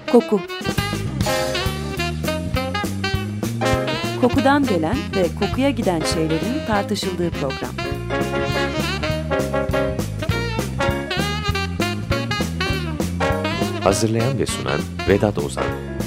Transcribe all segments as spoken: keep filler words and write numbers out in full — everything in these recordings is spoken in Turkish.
Koku. Kokudan gelen ve kokuya giden şeylerin tartışıldığı program. Hazırlayan ve sunan Vedat Ozan.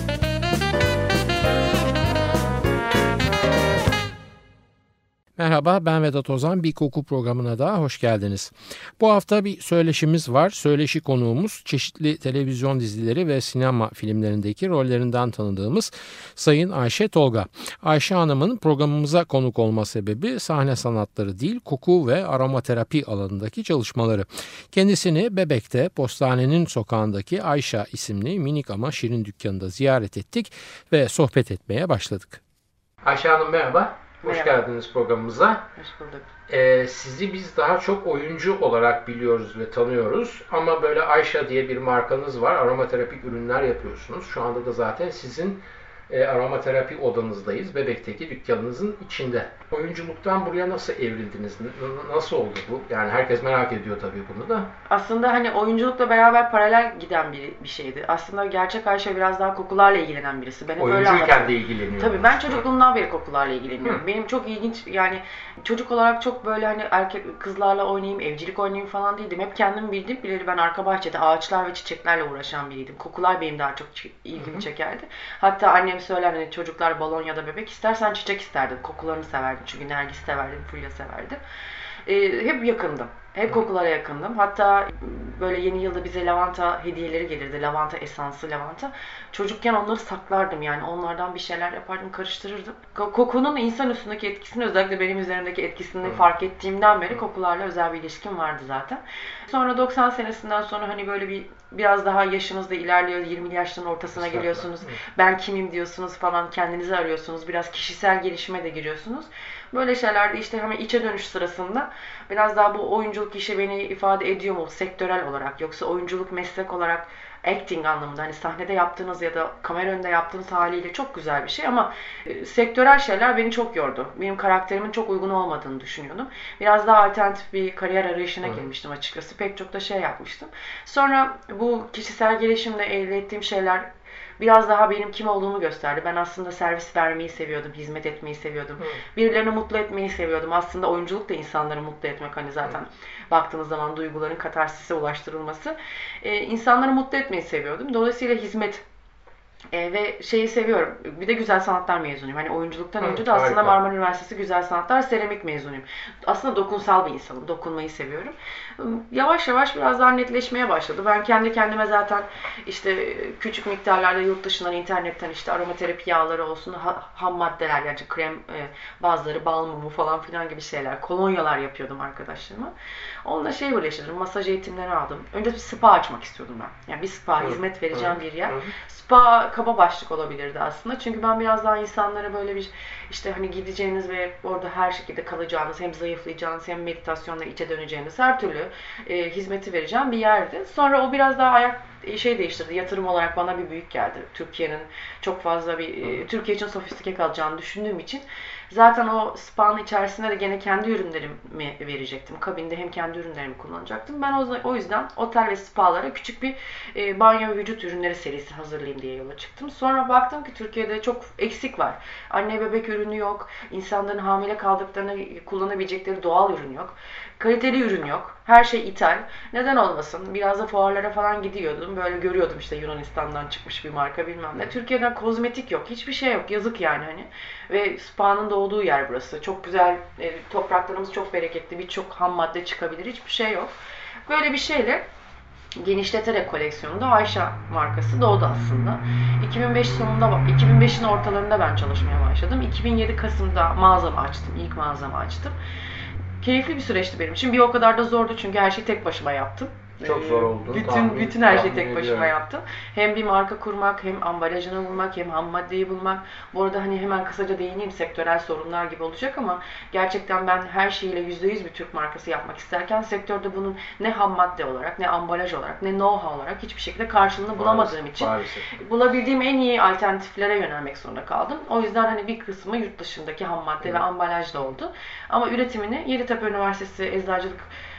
Merhaba, ben Vedat Ozan. Bir koku programına daha hoş geldiniz. Bu hafta bir söyleşimiz var. Söyleşi konuğumuz çeşitli televizyon dizileri ve sinema filmlerindeki rollerinden tanıdığımız Sayın Ayşe Tolga. Ayşe Hanım'ın programımıza konuk olma sebebi sahne sanatları değil, koku ve aromaterapi alanındaki çalışmaları. Kendisini Bebek'te Postanenin Sokağı'ndaki Ayşe isimli minik ama şirin dükkanında ziyaret ettik ve sohbet etmeye başladık. Ayşe Hanım merhaba. Hoş Merhaba. geldiniz programımıza. Hoş bulduk. Ee, sizi biz daha çok oyuncu olarak biliyoruz ve tanıyoruz. Ama böyle Ayşe diye bir markanız var. Aromaterapik ürünler yapıyorsunuz. Şu anda da zaten sizin e, aromaterapi odanızdayız. Bebek'teki dükkanınızın içinde. Oyunculuktan buraya nasıl evrildiniz? N- nasıl oldu bu? Yani herkes merak ediyor tabii bunu da. Aslında hani oyunculukla beraber paralel giden bir, bir şeydi. Aslında gerçek Ayşe biraz daha kokularla ilgilenen birisi. Ben hep öyle Oyuncuyken anlatıyorum. de ilgileniyor. Tabii ben çocukluğumdan beri kokularla ilgileniyorum. Hı. Benim çok ilginç yani çocuk olarak çok böyle hani erkek kızlarla oynayayım, evcilik oynayayım falan değildim. Hep kendim bildim bileli ben arka bahçede ağaçlar ve çiçeklerle uğraşan biriydim. Kokular benim daha çok ilgimi Hı. çekerdi. Hatta annem söyler hani çocuklar balon ya da bebek istersen çiçek isterdim. Kokularını severdim çünkü nergis severdim, fulya severdim. Ee, hep yakındım. Hep kokulara yakındım. Hatta böyle yeni yılda bize lavanta hediyeleri gelirdi. Lavanta esansı, lavanta. Çocukken onları saklardım yani. Onlardan bir şeyler yapardım, karıştırırdım. Kokunun insan üstündeki etkisini, özellikle benim üzerimdeki etkisini hmm. fark ettiğimden beri kokularla özel bir ilişkim vardı zaten. Sonra doksan senesinden sonra hani böyle bir biraz daha yaşınız da ilerliyor. yirmili yaşların ortasına Saklar. geliyorsunuz. Hmm. Ben kimim diyorsunuz falan. Kendinizi arıyorsunuz. Biraz kişisel gelişime de giriyorsunuz. Böyle şeylerde işte hemen içe dönüş sırasında biraz daha bu oyunculuk işi beni ifade ediyor mu sektörel olarak, yoksa oyunculuk meslek olarak acting anlamında hani sahnede yaptığınız ya da kamera önünde yaptığınız haliyle çok güzel bir şey ama e, sektörel şeyler beni çok yordu. Benim karakterimin çok uygun olmadığını düşünüyordum. Biraz daha alternatif bir kariyer arayışına Hı. girmiştim açıkçası. Pek çok da şey yapmıştım. Sonra bu kişisel gelişimle elde ettiğim şeyler biraz daha benim kim olduğumu gösterdi. Ben aslında servis vermeyi seviyordum, hizmet etmeyi seviyordum. Hı. Birilerini mutlu etmeyi seviyordum. Aslında oyunculuk da insanları mutlu etmek. Hani zaten Hı. baktığınız zaman duyguların katarsise ulaştırılması. Ee, insanları mutlu etmeyi seviyordum. Dolayısıyla hizmet Ee, ve şeyi seviyorum. Bir de güzel sanatlar mezunuyum. Hani oyunculuktan Hı, önce de aslında harika. Marmara Üniversitesi Güzel Sanatlar Seramik mezunuyum. Aslında dokunsal bir insanım. Dokunmayı seviyorum. Yavaş yavaş biraz daha netleşmeye başladı. Ben kendi kendime zaten işte küçük miktarlarda yurt dışından, internetten işte aromaterapi yağları olsun, ha, ham maddeler yani krem, e, bazıları bal mumu falan filan gibi şeyler, kolonyalar yapıyordum arkadaşlarıma. Onunla şey birleştirdim. Masaj eğitimleri aldım. Önce bir spa açmak istiyordum ben. Yani bir spa, Hı. hizmet vereceğim Hı. bir yer. Hı. Spa kaba başlık olabilirdi aslında. Çünkü ben biraz daha insanlara böyle bir işte hani gideceğiniz ve orada her şekilde kalacağınız, hem zayıflayacağınız hem meditasyonla içe döneceğiniz her türlü e, hizmeti vereceğim bir yerdi. Sonra o biraz daha ayak şey değiştirdi. Yatırım olarak bana bir büyük geldi. Türkiye'nin çok fazla bir e, Türkiye için sofistike kalacağını düşündüğüm için zaten o spa'nın içerisinde de gene kendi ürünlerimi verecektim. Kabinde hem kendi ürünlerimi kullanacaktım. Ben o, o yüzden otel ve spa'lara küçük bir e, banyo ve vücut ürünleri serisi hazırlayayım diye yola çıktım. Sonra baktım ki Türkiye'de çok eksik var. Anne bebek ürünü yok. İnsanların hamile kaldıklarını kullanabilecekleri doğal ürün yok. Kaliteli ürün yok. Her şey ithal. Neden olmasın? Biraz da fuarlara falan gidiyordum. Böyle görüyordum işte Yunanistan'dan çıkmış bir marka bilmem ne. Türkiye'den kozmetik yok. Hiçbir şey yok. Yazık yani hani. Ve spa'nın doğduğu yer burası. Çok güzel, e, topraklarımız çok bereketli. Birçok ham madde çıkabilir. Hiçbir şey yok. Böyle bir şeyle genişleterek koleksiyonunda Ayşe markası doğdu aslında. iki bin beş sonunda, iki bin beşin ortalarında ben çalışmaya başladım. iki bin yedi Kasım'da mağazamı açtım. İlk mağazamı açtım. Keyifli bir süreçti benim için. Bir o kadar da zordu çünkü her şeyi tek başıma yaptım. Çok zor oldu. Bütün tahmin, bütün her şeyi tek ediyorum. başıma yaptım. Hem bir marka kurmak, hem ambalajını bulmak, hem ham maddeyi bulmak. Bu arada hani hemen kısaca değineyim, sektörel sorunlar gibi olacak ama gerçekten ben her şeyiyle yüzde yüz bir Türk markası yapmak isterken sektörde bunun ne ham madde olarak, ne ambalaj olarak, ne know-how olarak hiçbir şekilde karşılığını bulamadığım maalesef, için maalesef. bulabildiğim en iyi alternatiflere yönelmek zorunda kaldım. O yüzden hani bir kısmı yurt dışındaki ham madde Hı. ve ambalajda oldu. Ama üretimini Yeditepe Üniversitesi Eczacılık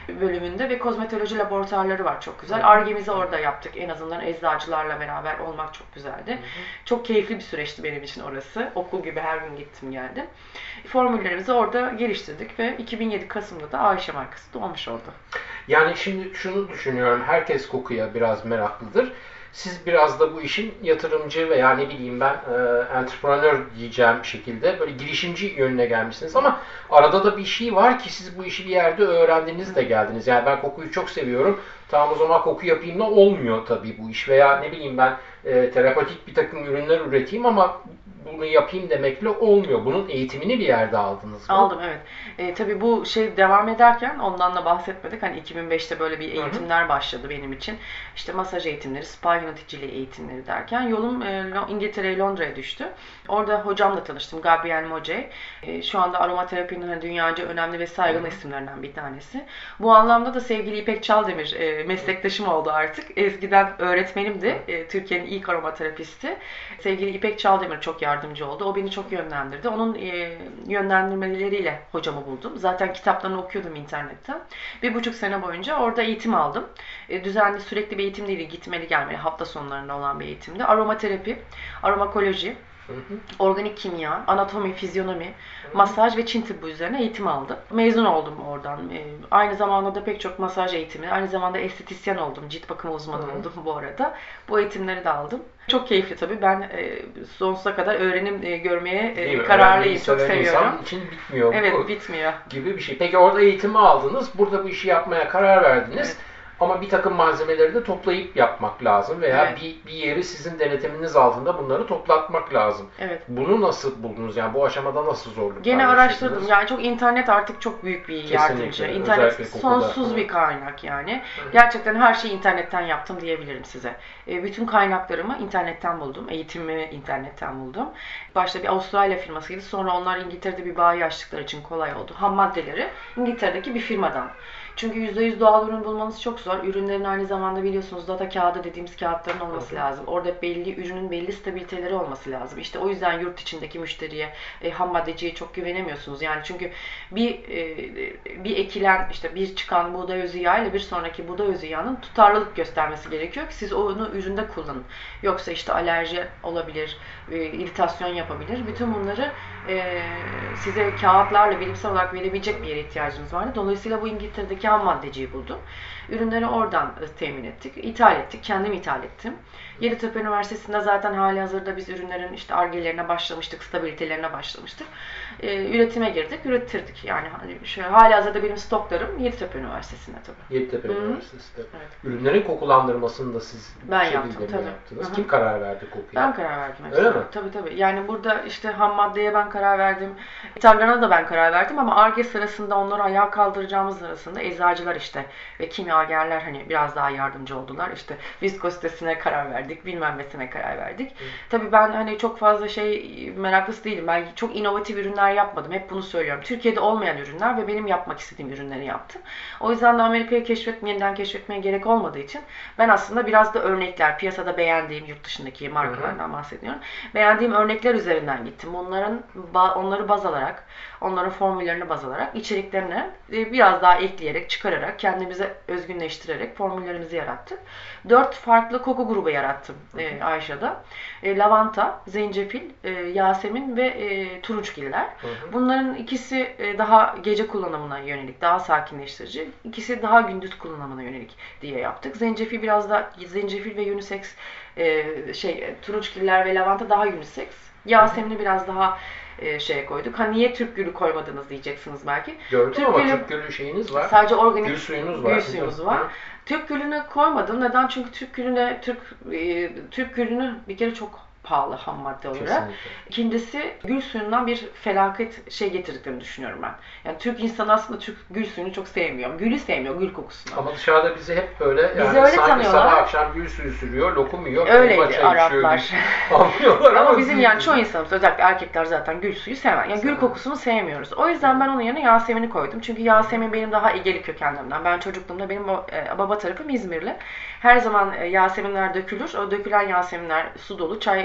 bölümünde ve kozmetoloji laboratuvarları var, çok güzel. Ar-Ge'mizi orada yaptık. En azından eczacılarla beraber olmak çok güzeldi. Hı hı. Çok keyifli bir süreçti benim için orası. Okul gibi her gün gittim geldim. Formüllerimizi orada geliştirdik ve iki bin yedi Kasım'da da Ayşe markası doğmuş oldu. Yani şimdi şunu düşünüyorum. Herkes kokuya biraz meraklıdır. Siz biraz da bu işin yatırımcı veya ne bileyim ben e, entrepreneur diyeceğim şekilde böyle girişimci yönüne gelmişsiniz ama arada da bir şey var ki siz bu işi bir yerde öğrendiniz de geldiniz. Yani ben kokuyu çok seviyorum. Tamam, o zaman koku yapayım da olmuyor tabii bu iş. Veya ne bileyim ben e, terapatik bir takım ürünler üreteyim ama bunu yapayım demekle olmuyor. Bunun eğitimini bir yerde aldınız mı? Aldım, evet. E, tabii bu şey devam ederken ondan da bahsetmedik. Hani iki bin beşte böyle bir eğitimler hı hı. başladı benim için. İşte masaj eğitimleri, spa yöneticiliği eğitimleri derken yolum e, İngiltere'ye, Londra'ya düştü. Orada hocamla tanıştım. Gabriel Moje. E, şu anda aromaterapinin hani dünyaca önemli ve saygın hı hı. isimlerinden bir tanesi. Bu anlamda da sevgili İpek Çaldemir e, meslektaşım oldu artık. Eskiden öğretmenimdi. E, Türkiye'nin ilk aromaterapisti. Sevgili İpek Çaldemir çok yardımcı oldu. O beni çok yönlendirdi. Onun e, yönlendirmeleriyle hocamı buldum. Zaten kitaplarını okuyordum internetten. Bir buçuk sene boyunca orada eğitim aldım. E, düzenli, sürekli bir eğitim değil, gitmeli gelmeli, hafta sonlarında olan bir eğitimdi. Aromaterapi, aromakoloji, Hı hı. organik kimya, anatomi, fizyonomi, hı. masaj ve Çin tıbbı üzerine eğitim aldım. Mezun oldum oradan. Ee, aynı zamanda da pek çok masaj eğitimi, aynı zamanda estetisyen oldum, cilt bakımı uzmanı hı. oldum bu arada. Bu eğitimleri de aldım. Çok keyifli tabii. Ben e, sonsuza kadar öğrenim e, görmeye e, kararlıyım. Çok seviyorum. İnsan için bitmiyor. Evet, bu bitmiyor. Gibi bir şey. Peki orada eğitimi aldınız, burada bu işi yapmaya karar verdiniz. Evet. Ama bir takım malzemeleri de toplayıp yapmak lazım veya evet. bir, bir yeri sizin denetiminiz altında bunları toplatmak lazım. Evet. Bunu nasıl buldunuz? Yani bu aşamada nasıl zorluklar Gene araştırdım. Yani çok internet artık çok büyük bir Kesinlikle. yardımcı. İnternet sonsuz Hı. bir kaynak yani. Hı. Gerçekten her şeyi internetten yaptım diyebilirim size. E, bütün kaynaklarımı internetten buldum. Eğitimimi internetten buldum. Başta bir Avustralya firmasıydı. Sonra onlar İngiltere'de bir bayi açtıkları için kolay oldu. Ham maddeleri İngiltere'deki bir firmadan. Çünkü yüzde yüz doğal ürün bulmanız çok zor. Ürünlerin aynı zamanda biliyorsunuz data kağıdı dediğimiz kağıtların olması Hı-hı. lazım. Orada belli ürünün belli stabiliteleri olması lazım. İşte o yüzden yurt içindeki müşteriye, e, ham maddeciye çok güvenemiyorsunuz. Yani çünkü bir e, bir ekilen, işte bir çıkan buğday özü yağı ile bir sonraki buğday özü yağının tutarlılık göstermesi gerekiyor ki siz onu üründe kullanın. Yoksa işte alerji olabilir, e, iritasyon yapabilir. Bütün bunları e, size kağıtlarla bilimsel olarak verebilecek bir yere ihtiyacınız vardı. Dolayısıyla bu İngiltere'deki ham maddeciyi buldum. Ürünleri oradan temin ettik. İthal ettik. Kendim ithal ettim. Yeditepe Üniversitesi'nde zaten hali hazırda biz ürünlerin işte Ar-Ge'lerine başlamıştık, stabilitelerine başlamıştık. Ee, üretime girdik, ürettirdik. Yani hani şöyle, hali hazırda benim stoklarım Yeditepe Üniversitesi'nde tabii. Yeditepe Hı-hı. Üniversitesi'nde. Evet. Ürünlerin kokulandırmasını da siz ben yaptım tabii. yaptınız. Hı-hı. Kim karar verdi kokuya? Ben karar verdim. Öyle mi? Tabii tabii. Yani burada işte ham maddeye ben karar verdim. İthalana da ben karar verdim ama Ar-Ge sırasında onları ayağa kaldıracağımız sırasında eczacılar işte ve kimyagerler hani biraz daha yardımcı oldular. İşte viskozitesine karar verdik, bilmem nesine karar verdik. Hı. Tabii ben hani çok fazla şey meraklısı değilim. Ben çok inovatif ürünler yapmadım. Hep bunu söylüyorum. Türkiye'de olmayan ürünler ve benim yapmak istediğim ürünleri yaptım. O yüzden de Amerika'yı keşfetmeye, yeniden keşfetmeye gerek olmadığı için ben aslında biraz da örnekler, piyasada beğendiğim yurt dışındaki markalardan bahsediyorum. Beğendiğim örnekler üzerinden gittim. Onların onları baz alarak, onların formüllerini baz alarak, içeriklerine biraz daha ekleyerek, çıkararak, kendimize özgünleştirerek formüllerimizi yarattık. Dört farklı koku grubu yarattım e, Ayşe'de. E, lavanta, zencefil, e, yasemin ve e, turunçgiller. Hı hı. Bunların ikisi e, daha gece kullanımına yönelik, daha sakinleştirici. İkisi daha gündüz kullanımına yönelik diye yaptık. Zencefil biraz da zencefil ve unisex e, şey turunçgiller ve lavanta daha unisex. Yasemin'i biraz daha e, şeye koyduk. Ha niye Türk gülü koymadınız diyeceksiniz belki. Gördüm Türk ama gülü, Türk gülü şeyiniz var. Sadece organik gül suyunuz var. Gül suyumuz var. Hı. Türk gülünü koymadım. Neden? Çünkü Türk gülüne Türk e, Türk gülünü bir kere çok pahalı ham madde olarak. Kesinlikle. İkincisi gül suyundan bir felaket şey getirdiklerini düşünüyorum ben. Yani Türk insanı aslında Türk gül suyunu çok sevmiyor. Gülü sevmiyor, gül kokusunu. Ama dışarıda bizi hep böyle yani bizi öyle sanki tanıyorlar. Sabah akşam gül suyu sürüyor, lokum yiyor. Öyleydi Araplar. ama, ama bizim yani çoğu insanımız, özellikle erkekler zaten gül suyu sever. Yani gül kokusunu sevmiyoruz. O yüzden ben onun yerine Yasemin'i koydum. Çünkü Yasemin benim daha Egeli kökenlerimden. Ben çocukluğumda benim baba tarafım İzmirli. Her zaman Yaseminler dökülür. O dökülen Yaseminler su dolu çay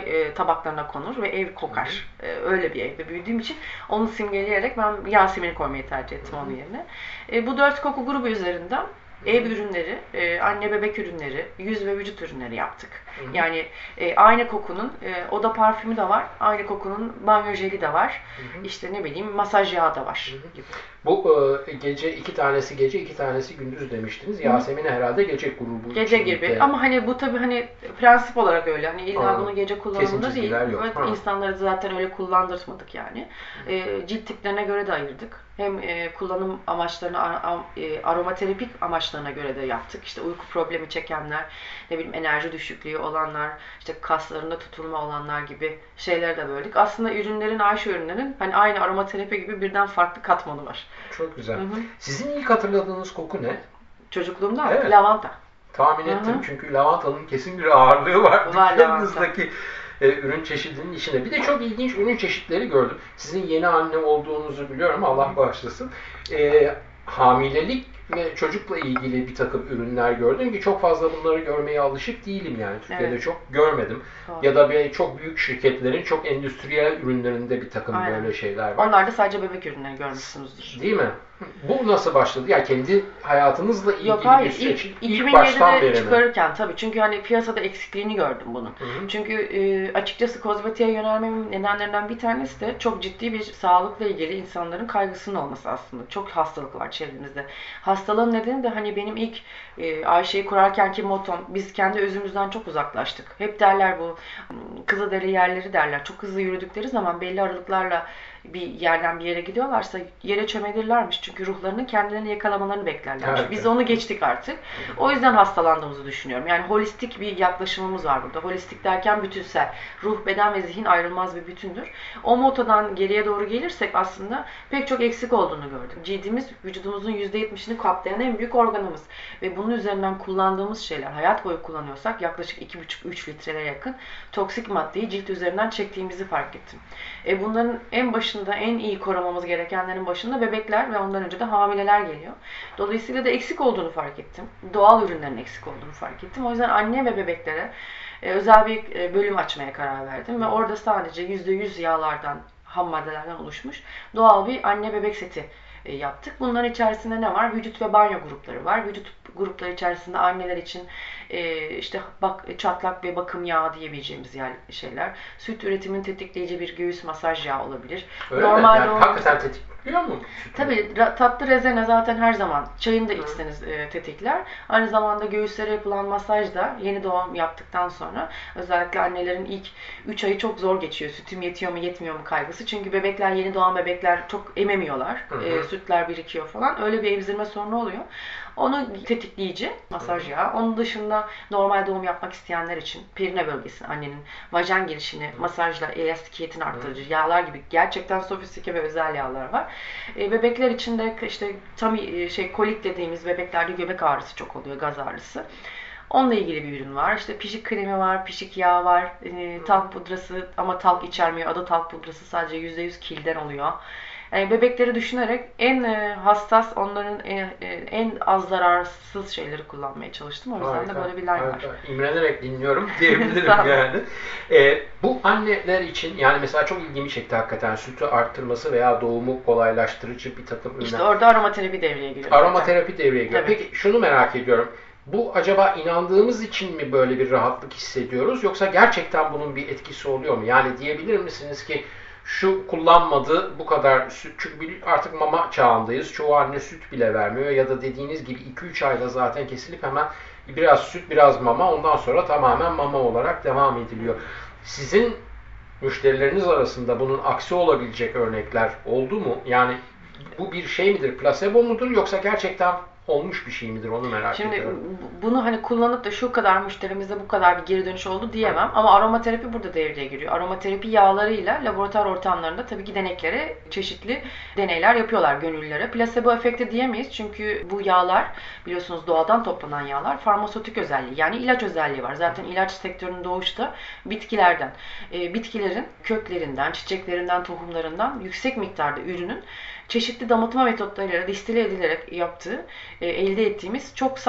e, tabaklarına konur ve ev kokar. E, öyle bir evde büyüdüğüm için onu simgeleyerek ben Yasemin'i koymayı tercih ettim onun yerine. E, bu dört koku grubu üzerinden ev ürünleri, e, anne bebek ürünleri, yüz ve vücut ürünleri yaptık. Hı hı. Yani e, aynı kokunun e, oda parfümü de var, aynı kokunun banyo jeli de var, hı hı. işte ne bileyim masaj yağı da var. Hı hı. Gibi. Bu e, gece iki tanesi gece iki tanesi gündüz demiştiniz. Yasemin'e herhalde gece grubu. Gece gibi de. Ama hani bu tabii hani prensip olarak öyle. Hani illa bunu gece kullanımında değil. Evet, insanları zaten öyle kullandırmadık yani. E, cilt tiplerine göre de ayırdık. Hem e, kullanım amaçlarına, a, e, aromaterapik amaçlarına göre de yaptık. İşte uyku problemi çekenler, ne bileyim enerji düşüklüğü olanlar, işte kaslarında tutulma olanlar gibi şeyleri de böldük. Aslında ürünlerin, Ayşe ürünlerin hani aynı aromaterapi gibi birden farklı katmanı var. Çok güzel. Hı hı. Sizin ilk hatırladığınız koku ne? Çocukluğumda evet. Lavanta. Tahmin hı hı. ettim çünkü lavantanın kesin bir ağırlığı var. Var dükkanınızdaki e, ürün çeşidinin içinde. Bir de çok ilginç ürün çeşitleri gördüm. Sizin yeni anne olduğunuzu biliyorum. Allah bağışlasın. E, hamilelik ve çocukla ilgili bir takım ürünler gördüm ki çok fazla bunları görmeye alışık değilim yani. Türkiye'de evet. çok görmedim. Doğru. Ya da bir çok büyük şirketlerin çok endüstriyel ürünlerinde bir takım Aynen. böyle şeyler var. Onlar da sadece bebek ürünleri görmüşsünüzdür. Değil mi? Bu nasıl başladı? Ya yani kendi hayatınızla ilgili Yok, hayır. bir süreç. İlk, ilk baştan beri çıkarırken tabii. Çünkü hani piyasada eksikliğini gördüm bunun. Hı hı. Çünkü e, açıkçası kozmetiğe yönelmemin nedenlerinden bir tanesi de çok ciddi bir sağlıkla ilgili insanların kaygısının olması aslında. Çok hastalık var çevremizde. Hastalığın nedeni de hani benim ilk e, Ayşe'yi kurarkenki motom, biz kendi özümüzden çok uzaklaştık. Hep derler bu Kızılderi yerleri derler. Çok hızlı yürüdükleri zaman belli aralıklarla bir yerden bir yere gidiyorlarsa yere çömelirlermiş. Çünkü ruhlarının kendilerini yakalamalarını beklerlermiş. Evet. Biz onu geçtik artık. O yüzden hastalandığımızı düşünüyorum. Yani holistik bir yaklaşımımız var burada. Holistik derken bütünsel. Ruh, beden ve zihin ayrılmaz bir bütündür. O motodan geriye doğru gelirsek aslında pek çok eksik olduğunu gördüm. Cildimiz vücudumuzun yüzde yetmişini kaplayan en büyük organımız. Ve bunun üzerinden kullandığımız şeyler, hayat boyu kullanıyorsak yaklaşık iki buçuk üç litreye yakın toksik maddeyi cilt üzerinden çektiğimizi fark ettim. E bunların en başında, en iyi korumamız gerekenlerin başında bebekler ve ondan önce de hamileler geliyor. Dolayısıyla da eksik olduğunu fark ettim. Doğal ürünlerin eksik olduğunu fark ettim. O yüzden anne ve bebeklere e, özel bir e, bölüm açmaya karar verdim. Ve orada sadece yüzde yüz yağlardan, ham maddelerden oluşmuş doğal bir anne bebek seti e, yaptık. Bunların içerisinde ne var? Vücut ve banyo grupları var. Vücut grupları içerisinde anneler için e, işte bak çatlak ve bakım yağı diyebileceğimiz yer, şeyler. Süt üretimini tetikleyici bir göğüs masaj yağı olabilir. Öyle Normalde yani, o... hakikaten tetikliyor mu? Tabii tatlı rezene zaten her zaman çayını da içseniz e, tetikler. Aynı zamanda göğüslere yapılan masaj da yeni doğum yaptıktan sonra özellikle annelerin ilk üç ayı çok zor geçiyor. Sütüm yetiyor mu yetmiyor mu kaygısı. Çünkü bebekler, yeni doğan bebekler çok ememiyorlar. Hı hı. E, sütler birikiyor falan. Öyle bir emzirme sorunu oluyor. Onu tetikleyici masaj yağı. Onun dışında normal doğum yapmak isteyenler için perine bölgesini, annenin vajen girişini masajla elastikiyetini arttırıcı yağlar gibi gerçekten sofistike ve özel yağlar var. E, bebekler için de işte tam şey kolik dediğimiz bebeklerde göbek ağrısı çok oluyor, gaz ağrısı. Onunla ilgili bir ürün var. İşte pişik kremi var, pişik yağı var, e, talk pudrası ama talk içermiyor. Adı talk pudrası, sadece yüzde yüz kilden oluyor. Yani bebekleri düşünerek en e, hassas, onların en, en az zararsız şeyleri kullanmaya çalıştım. O yüzden harika, de böyle bir line var. İmrenerek dinliyorum diyebilirim yani. E, bu anneler için yani mesela çok ilgimi çekti hakikaten sütü arttırması veya doğumu kolaylaştırıcı bir takım ürünler. İşte orada aromaterapi devreye giriyor. Aromaterapi devreye giriyor. Tabii. Peki şunu merak ediyorum. Bu acaba inandığımız için mi böyle bir rahatlık hissediyoruz yoksa gerçekten bunun bir etkisi oluyor mu? Yani diyebilir misiniz ki şu kullanmadı bu kadar süt, çünkü artık mama çağındayız. Çoğu anne süt bile vermiyor ya da dediğiniz gibi iki üç ayda zaten kesilip hemen biraz süt biraz mama, ondan sonra tamamen mama olarak devam ediliyor. Sizin müşterileriniz arasında bunun aksi olabilecek örnekler oldu mu? Yani bu bir şey midir, plasebo mudur yoksa gerçekten olmuş bir şey midir, onu merak Şimdi, ediyorum. Şimdi bunu hani kullanıp da şu kadar müşterimizde bu kadar bir geri dönüş oldu diyemem. Evet. Ama aromaterapi burada devreye giriyor. Aromaterapi yağlarıyla laboratuvar ortamlarında tabii ki deneklere çeşitli deneyler yapıyorlar gönüllülere. Plasebo efekti diyemeyiz çünkü bu yağlar biliyorsunuz doğadan toplanan yağlar farmasötik özelliği yani ilaç özelliği var. Zaten ilaç sektörünün doğuşu da bitkilerden. E, bitkilerin köklerinden, çiçeklerinden, tohumlarından yüksek miktarda ürünün çeşitli damıtma metotlarıyla distile edilerek yaptığı, e, elde ettiğimiz çok saf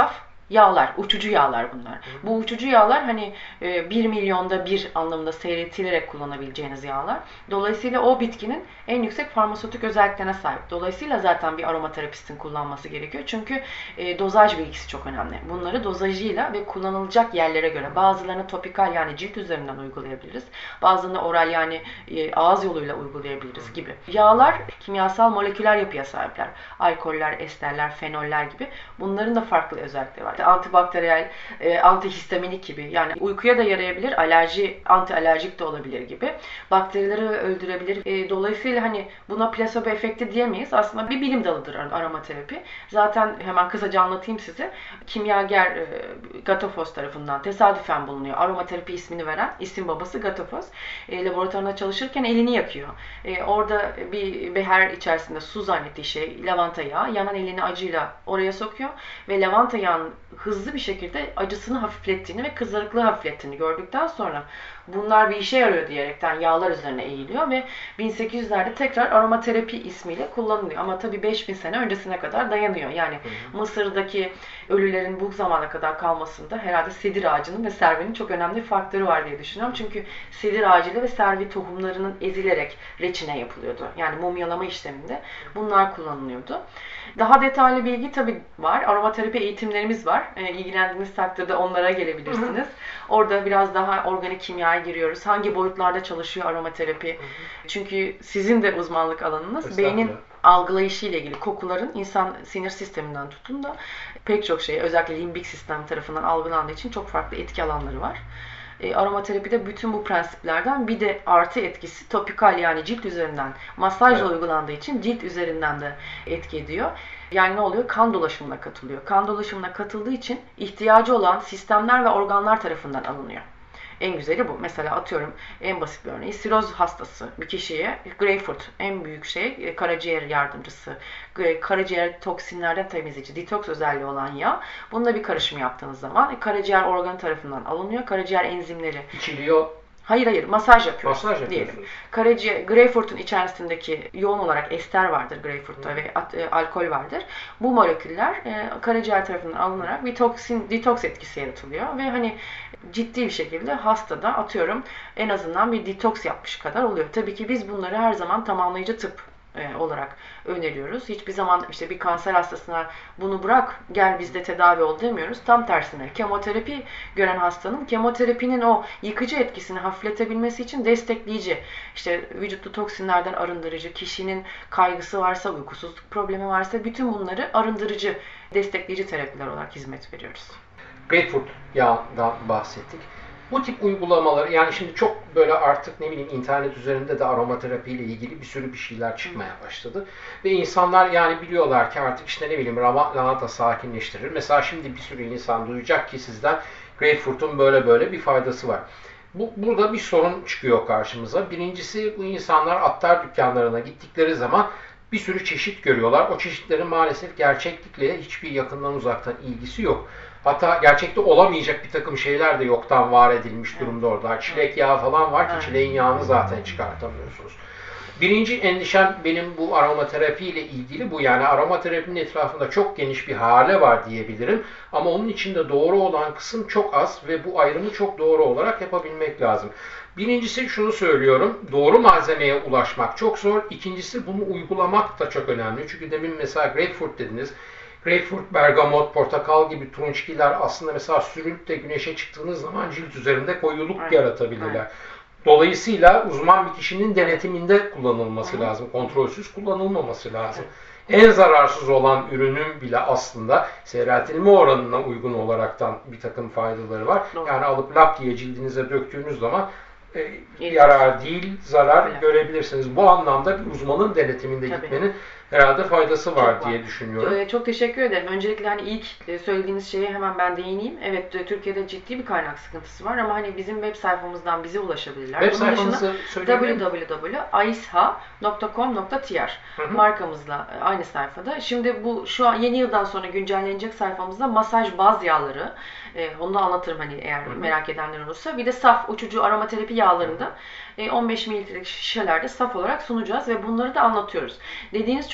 yağlar, uçucu yağlar bunlar. Bu uçucu yağlar hani bir milyonda bir anlamında seyretilerek kullanabileceğiniz yağlar. Dolayısıyla o bitkinin en yüksek farmasötik özelliklerine sahip. Dolayısıyla zaten bir aromaterapistin kullanması gerekiyor. Çünkü e, dozaj bilgisi çok önemli. Bunları dozajıyla ve kullanılacak yerlere göre bazılarını topikal yani cilt üzerinden uygulayabiliriz. Bazılarını oral yani e, ağız yoluyla uygulayabiliriz gibi. Yağlar kimyasal moleküler yapıya sahipler. Alkoller, esterler, fenoller gibi. Bunların da farklı özellikleri var. Antibakteriyel, e, antihistaminik gibi. Yani uykuya da yarayabilir, alerji, anti alerjik de olabilir gibi. Bakterileri öldürebilir. E, dolayısıyla hani buna plasebo efekti diyemeyiz. Aslında bir bilim dalıdır aromaterapi. Zaten hemen kısaca anlatayım size. Kimyager e, Gatofos tarafından tesadüfen bulunuyor. Aromaterapi ismini veren isim babası Gatofos. E, laboratuvarında çalışırken elini yakıyor. E, orada bir beher içerisinde su zannettiği şey lavanta yağı. Yanan elini acıyla oraya sokuyor ve lavanta yağının hızlı bir şekilde acısını hafiflettiğini ve kızarıklığı hafiflettiğini gördükten sonra bunlar bir işe yarıyor diyerekten yağlar üzerine eğiliyor ve bin sekiz yüzlerde tekrar aromaterapi ismiyle kullanılıyor. Ama tabii beş bin sene öncesine kadar dayanıyor. Yani hı hı. Mısır'daki ölülerin bu zamana kadar kalmasında herhalde sedir ağacının ve servinin çok önemli bir faktörü var diye düşünüyorum. Çünkü sedir ağacıyla ve servi tohumlarının ezilerek reçine yapılıyordu. Yani mumyalama işleminde bunlar kullanılıyordu. Daha detaylı bilgi tabii var. Aromaterapi eğitimlerimiz var. E, ilgilendiğiniz takdirde onlara gelebilirsiniz. Hı hı. Orada biraz daha organik kimyaya giriyoruz. Hangi boyutlarda çalışıyor aromaterapi? Hı hı. Çünkü sizin de uzmanlık alanınız beynin algılayışı ile ilgili kokuların insan sinir sisteminden tutun da pek çok şey özellikle limbik sistem tarafından algılandığı için çok farklı etki alanları var. E, aromaterapide bütün bu prensiplerden bir de artı etkisi topikal yani cilt üzerinden masajla evet. uygulandığı için cilt üzerinden de etki ediyor. Yani ne oluyor? Kan dolaşımına katılıyor. Kan dolaşımına katıldığı için ihtiyacı olan sistemler ve organlar tarafından alınıyor. En güzeli bu. Mesela atıyorum en basit bir örneği siroz hastası bir kişiye greyfurt en büyük şey karaciğer yardımcısı. Karaciğer toksinlerden temizleyici, detoks özelliği olan yağ. Bununla bir karışım yaptığınız zaman karaciğer organı tarafından alınıyor. Karaciğer enzimleri. İçiliyor. Hayır hayır masaj yapıyoruz masaj diyelim. Karaciğer, greyfurtun içerisindeki yoğun olarak ester vardır greyfurtta ve at, e, alkol vardır. Bu moleküller e, karaciğer tarafından alınarak bir toksin, detoks etkisi yaratılıyor ve hani ciddi bir şekilde hastada atıyorum en azından bir detoks yapmış kadar oluyor. Tabii ki biz bunları her zaman tamamlayıcı tıp e, olarak öneriyoruz. Hiçbir zaman işte bir kanser hastasına bunu bırak gel bizde tedavi ol demiyoruz. Tam tersine kemoterapi gören hastanın kemoterapinin o yıkıcı etkisini hafifletebilmesi için destekleyici, işte vücutlu toksinlerden arındırıcı, kişinin kaygısı varsa, uykusuzluk problemi varsa bütün bunları arındırıcı, destekleyici terapiler olarak hizmet veriyoruz. Greyfurt yağından bahsettik. Bu tip uygulamaları yani şimdi çok böyle artık ne bileyim internet üzerinde de aromaterapi ile ilgili bir sürü bir şeyler çıkmaya başladı. Ve insanlar yani biliyorlar ki artık işte ne bileyim lavanta sakinleştirir. Mesela şimdi bir sürü insan duyacak ki sizden greyfurt'un böyle böyle bir faydası var. Bu, burada bir sorun çıkıyor karşımıza. Birincisi bu insanlar attar dükkanlarına gittikleri zaman bir sürü çeşit görüyorlar. O çeşitlerin maalesef gerçeklikle hiçbir yakından uzaktan ilgisi yok. Hatta gerçekte olamayacak bir takım şeyler de yoktan var edilmiş durumda orada. Çilek yağı falan var ki çileğin yağını zaten çıkartamıyorsunuz. Birinci endişem benim bu aromaterapi ile ilgili bu. Yani aromaterapinin etrafında çok geniş bir hale var diyebilirim. Ama onun içinde doğru olan kısım çok az ve bu ayrımı çok doğru olarak yapabilmek lazım. Birincisi şunu söylüyorum, doğru malzemeye ulaşmak çok zor. İkincisi bunu uygulamak da çok önemli. Çünkü demin mesela greyfurt dediniz. Greyfurt, bergamot, portakal gibi turunçgiler aslında mesela sürülüp de güneşe çıktığınız zaman cilt üzerinde koyuluk evet. yaratabilirler. Evet. Dolayısıyla uzman bir kişinin denetiminde kullanılması evet. lazım. Kontrolsüz kullanılmaması lazım. Evet. En zararsız olan ürünün bile aslında seyreltilme oranına uygun olaraktan bir takım faydaları var. Doğru. Yani alıp lap diye cildinize döktüğünüz zaman e, yarar değil, zarar Öyle. görebilirsiniz. Bu anlamda bir uzmanın denetiminde Tabii. gitmenin herhalde faydası var çok diye var. düşünüyorum. Ee, çok teşekkür ederim. Öncelikle hani ilk söylediğiniz şeye hemen ben değineyim. Evet, Türkiye'de ciddi bir kaynak sıkıntısı var ama hani bizim web sayfamızdan bize ulaşabilirler. Web sayfamızı söyleyebilir miyim? double-u double-u double-u nokta aisha nokta com nokta t r markamızla aynı sayfada. Şimdi bu şu an yeni yıldan sonra güncellenecek sayfamızda masaj baz yağları, e, onu da anlatırım hani eğer Hı-hı. merak edenler olursa. Bir de saf uçucu aromaterapi yağlarında e, on beş mililitrelik şişelerde saf olarak sunacağız ve bunları da anlatıyoruz. Dediğiniz çok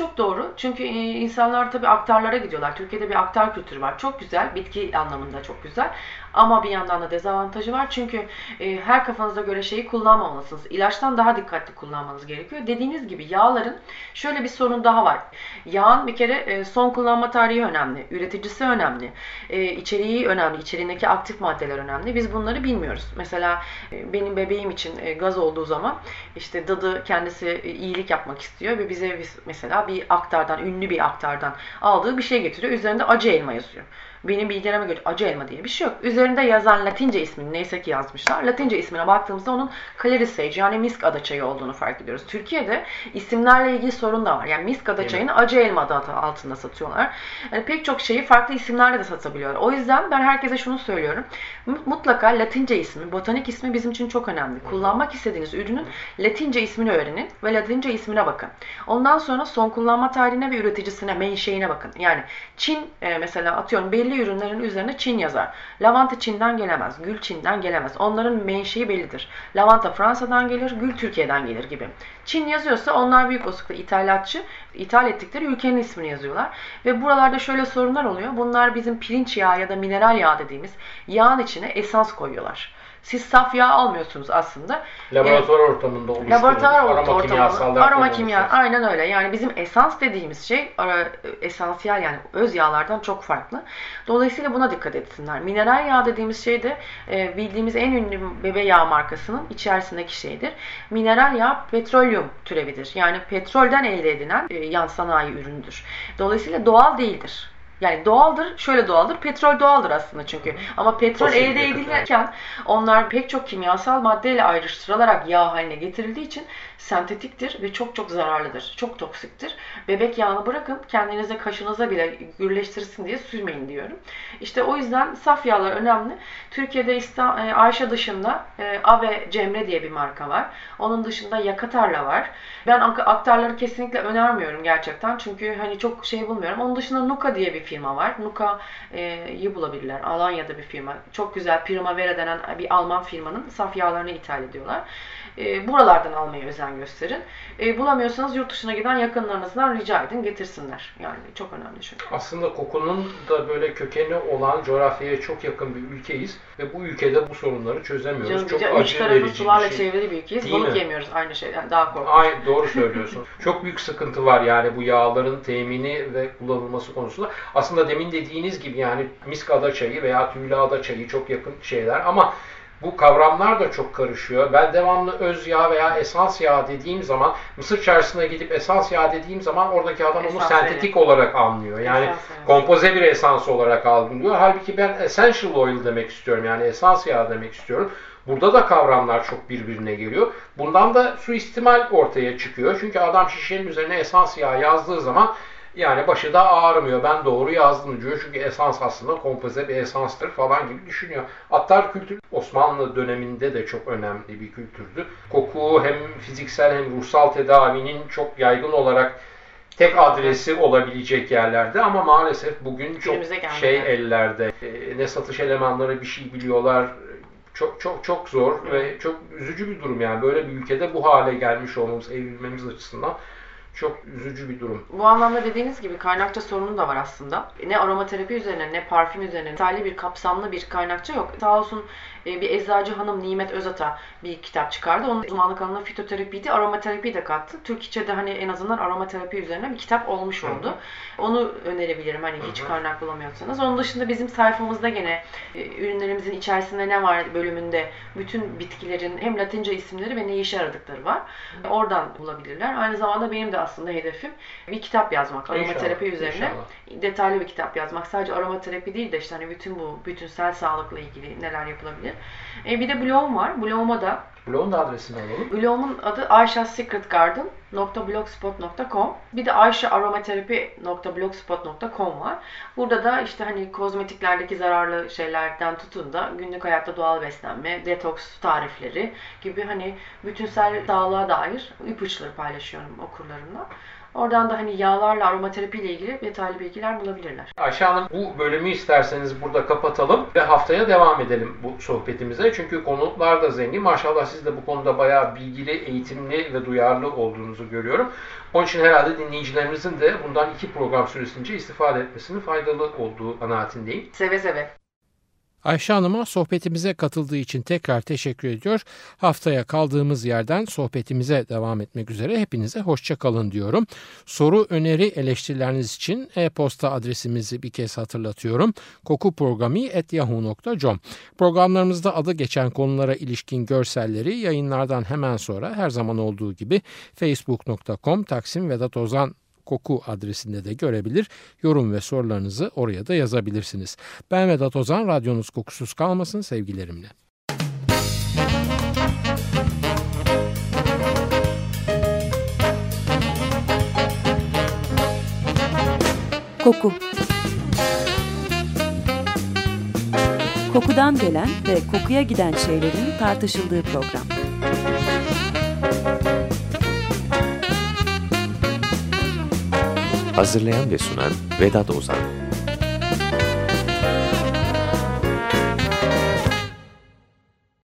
çok doğru. Çünkü insanlar tabii aktarlara gidiyorlar. Türkiye'de bir aktar kültürü var. Çok güzel. Bitki anlamında çok güzel. Ama bir yandan da dezavantajı var. Çünkü e, her kafanıza göre şeyi kullanmamalısınız. İlaçtan daha dikkatli kullanmanız gerekiyor. Dediğiniz gibi yağların şöyle bir sorun daha var. Yağın bir kere e, son kullanma tarihi önemli. Üreticisi önemli. E, içeriği önemli. İçeriğindeki aktif maddeler önemli. Biz bunları bilmiyoruz. Mesela e, benim bebeğim için e, gaz olduğu zaman işte dadı kendisi e, iyilik yapmak istiyor ve bize biz, mesela bir aktardan, ünlü bir aktardan aldığı bir şey getiriyor. Üzerinde acı elma yazıyor. Benim bilgilerime göre acı elma diye bir şey yok. Üzerinde yazan Latince ismini neyse ki yazmışlar. Latince ismine baktığımızda onun Clary Sage yani misk adaçayı olduğunu fark ediyoruz. Türkiye'de isimlerle ilgili sorun da var. Yani misk adaçayını acı elma adı altında satıyorlar. Yani pek çok şeyi farklı isimlerle de satabiliyorlar. O yüzden ben herkese şunu söylüyorum. Mutlaka Latince ismi, botanik ismi bizim için çok önemli. Kullanmak istediğiniz ürünün Latince ismini öğrenin ve Latince ismine bakın. Ondan sonra son kullanma tarihine ve üreticisine, menşeine bakın. Yani Çin e, mesela atıyorum belli ürünlerin üzerine Çin yazar. Lavanta Çin'den gelemez, gül Çin'den gelemez. Onların menşei bellidir. Lavanta Fransa'dan gelir, gül Türkiye'den gelir gibi. Çin yazıyorsa onlar büyük olasılıkla ithalatçı, ithal ettikleri ülkenin ismini yazıyorlar. Ve buralarda şöyle sorunlar oluyor. Bunlar bizim pirinç yağı ya da mineral yağ dediğimiz yağın içine esans koyuyorlar. Siz saf yağ almıyorsunuz aslında. Laboratuvar yani, ortamında oluşturulmuş. Laboratuvar aroma kimyasallar. Aroma kimya, aynen öyle. Yani bizim esans dediğimiz şey esansiyel yani öz yağlardan çok farklı. Dolayısıyla buna dikkat etsinler. Mineral yağ dediğimiz şey de bildiğimiz en ünlü bebe yağ markasının içerisindeki şeydir. Mineral yağ petrolyum türevidir. Yani petrolden elde edilen yan sanayi üründür. Dolayısıyla doğal değildir. Yani doğaldır, şöyle doğaldır, petrol doğaldır aslında çünkü. Ama petrol Fosil elde edilirken onlar pek çok kimyasal maddeyle ayrıştırılarak yağ haline getirildiği için sentetiktir ve çok çok zararlıdır. Çok toksiktir. Bebek yağını bırakın, kendinize kaşınıza bile gürleştirsin diye sürmeyin diyorum. İşte o yüzden saf yağlar önemli. Türkiye'de Ayşe dışında A ve Cemre diye bir marka var. Onun dışında Yakatarla var. Ben aktarları kesinlikle önermiyorum gerçekten. Çünkü hani çok şey bulmuyorum. Onun dışında Nuka diye bir firma var. Nuka'yı bulabilirler. Alanya'da bir firma. Çok güzel Primavera denen bir Alman firmanın saf yağlarını ithal ediyorlar. E, buralardan almaya özen gösterin. E, bulamıyorsanız yurt dışına giden yakınlarınızdan rica edin, getirsinler. Yani çok önemli çünkü. Aslında kokunun da böyle kökeni olan coğrafyaya çok yakın bir ülkeyiz ve bu ülkede bu sorunları çözemiyoruz. Canım, çok acı acı tarafı verici sularla bir şey. çevrili bir ülkeyiz. Değil Balık mi? yemiyoruz aynı şey. Yani daha korkunç. Aynen, doğru söylüyorsun. Çok büyük sıkıntı var yani bu yağların temini ve kullanılması konusunda. Aslında demin dediğiniz gibi yani misk adaçayı veya tüylü adaçayı çok yakın şeyler ama bu kavramlar da çok karışıyor. Ben devamlı öz yağ veya esans yağ dediğim zaman, mısır çarşısına gidip esans yağ dediğim zaman oradaki adam onu Esans sentetik evet. olarak anlıyor. Yani Esans, evet. kompoze bir esans olarak algılıyor. Halbuki ben essential oil demek istiyorum. Yani esans yağ demek istiyorum. Burada da kavramlar çok birbirine geliyor. Bundan da suistimal ortaya çıkıyor. Çünkü adam şişenin üzerine esans yağ yazdığı zaman yani başı da ağrımıyor. Ben doğru yazdım diyor. Çünkü esans aslında kompoze bir esanstır falan gibi düşünüyor. Attar kültürü Osmanlı döneminde de çok önemli bir kültürdü. Koku hem fiziksel hem ruhsal tedavinin çok yaygın olarak tek adresi olabilecek yerlerde ama maalesef bugün çok şey ellerde. Ne satış elemanları bir şey biliyorlar. Çok çok çok zor hmm. ve çok üzücü bir durum yani. Böyle bir ülkede bu hale gelmiş olmamız, evrilmemiz açısından çok üzücü bir durum. Bu anlamda dediğiniz gibi kaynakça sorunu da var aslında. Ne aromaterapi üzerine ne parfüm üzerine detaylı bir kapsamlı bir kaynakça yok. Sağ olsun bir eczacı hanım Nimet Özata bir kitap çıkardı. Onun uzmanlık alanına fitoterapiydi, aromaterapiyi de kattı. Türkçe'de hani en azından aromaterapi üzerine bir kitap olmuş oldu. Hı-hı. Onu önerebilirim hani hiç Hı-hı. kaynak bulamıyorsanız. Onun dışında bizim sayfamızda gene ürünlerimizin içerisinde ne var bölümünde bütün bitkilerin hem Latince isimleri ve ne işe yaradıkları var. Hı-hı. Oradan bulabilirler. Aynı zamanda benim de aslında hedefim bir kitap yazmak. Aromaterapi İnşallah. üzerine İnşallah. detaylı bir kitap yazmak. Sadece aromaterapi değil de işte hani bütün bu bütünsel sağlıkla ilgili neler yapılabilir. E, bir de blogum var. Bloguma da Blog'un da adresini alalım. Blog'umun adı ayşas secret garden nokta blogspot nokta com. Bir de ayşe aromaterapi nokta blogspot nokta com var. Burada da işte hani kozmetiklerdeki zararlı şeylerden tutun da günlük hayatta doğal beslenme, detoks tarifleri gibi hani bütünsel sağlığa dair ipuçları paylaşıyorum okurlarımla. Oradan da hani yağlarla aromaterapi ile ilgili detaylı bilgiler bulabilirler. Ayşe Hanım, bu bölümü isterseniz burada kapatalım ve haftaya devam edelim bu sohbetimize. Çünkü konular da zengin. Maşallah siz de bu konuda bayağı bilgili, eğitimli ve duyarlı olduğunuzu görüyorum. Onun için herhalde dinleyicilerimizin de bundan iki program süresince istifade etmesinin faydalı olduğu kanaatindeyim. Seve seve. Ayşe Hanım'a sohbetimize katıldığı için tekrar teşekkür ediyor. Haftaya kaldığımız yerden sohbetimize devam etmek üzere hepinize hoşça kalın diyorum. Soru, öneri, eleştirileriniz için e-posta adresimizi bir kez hatırlatıyorum. kokuprogrami at yahoo nokta com. Programlarımızda adı geçen konulara ilişkin görselleri yayınlardan hemen sonra her zaman olduğu gibi facebook nokta com Taksim Vedat Ozan Koku adresinde de görebilir. Yorum ve sorularınızı oraya da yazabilirsiniz. Ben Vedat Ozan, radyonuz kokusuz kalmasın sevgilerimle. Koku. Kokudan gelen ve kokuya giden şeylerin tartışıldığı program. Hazırlayan ve sunan Vedat Ozan.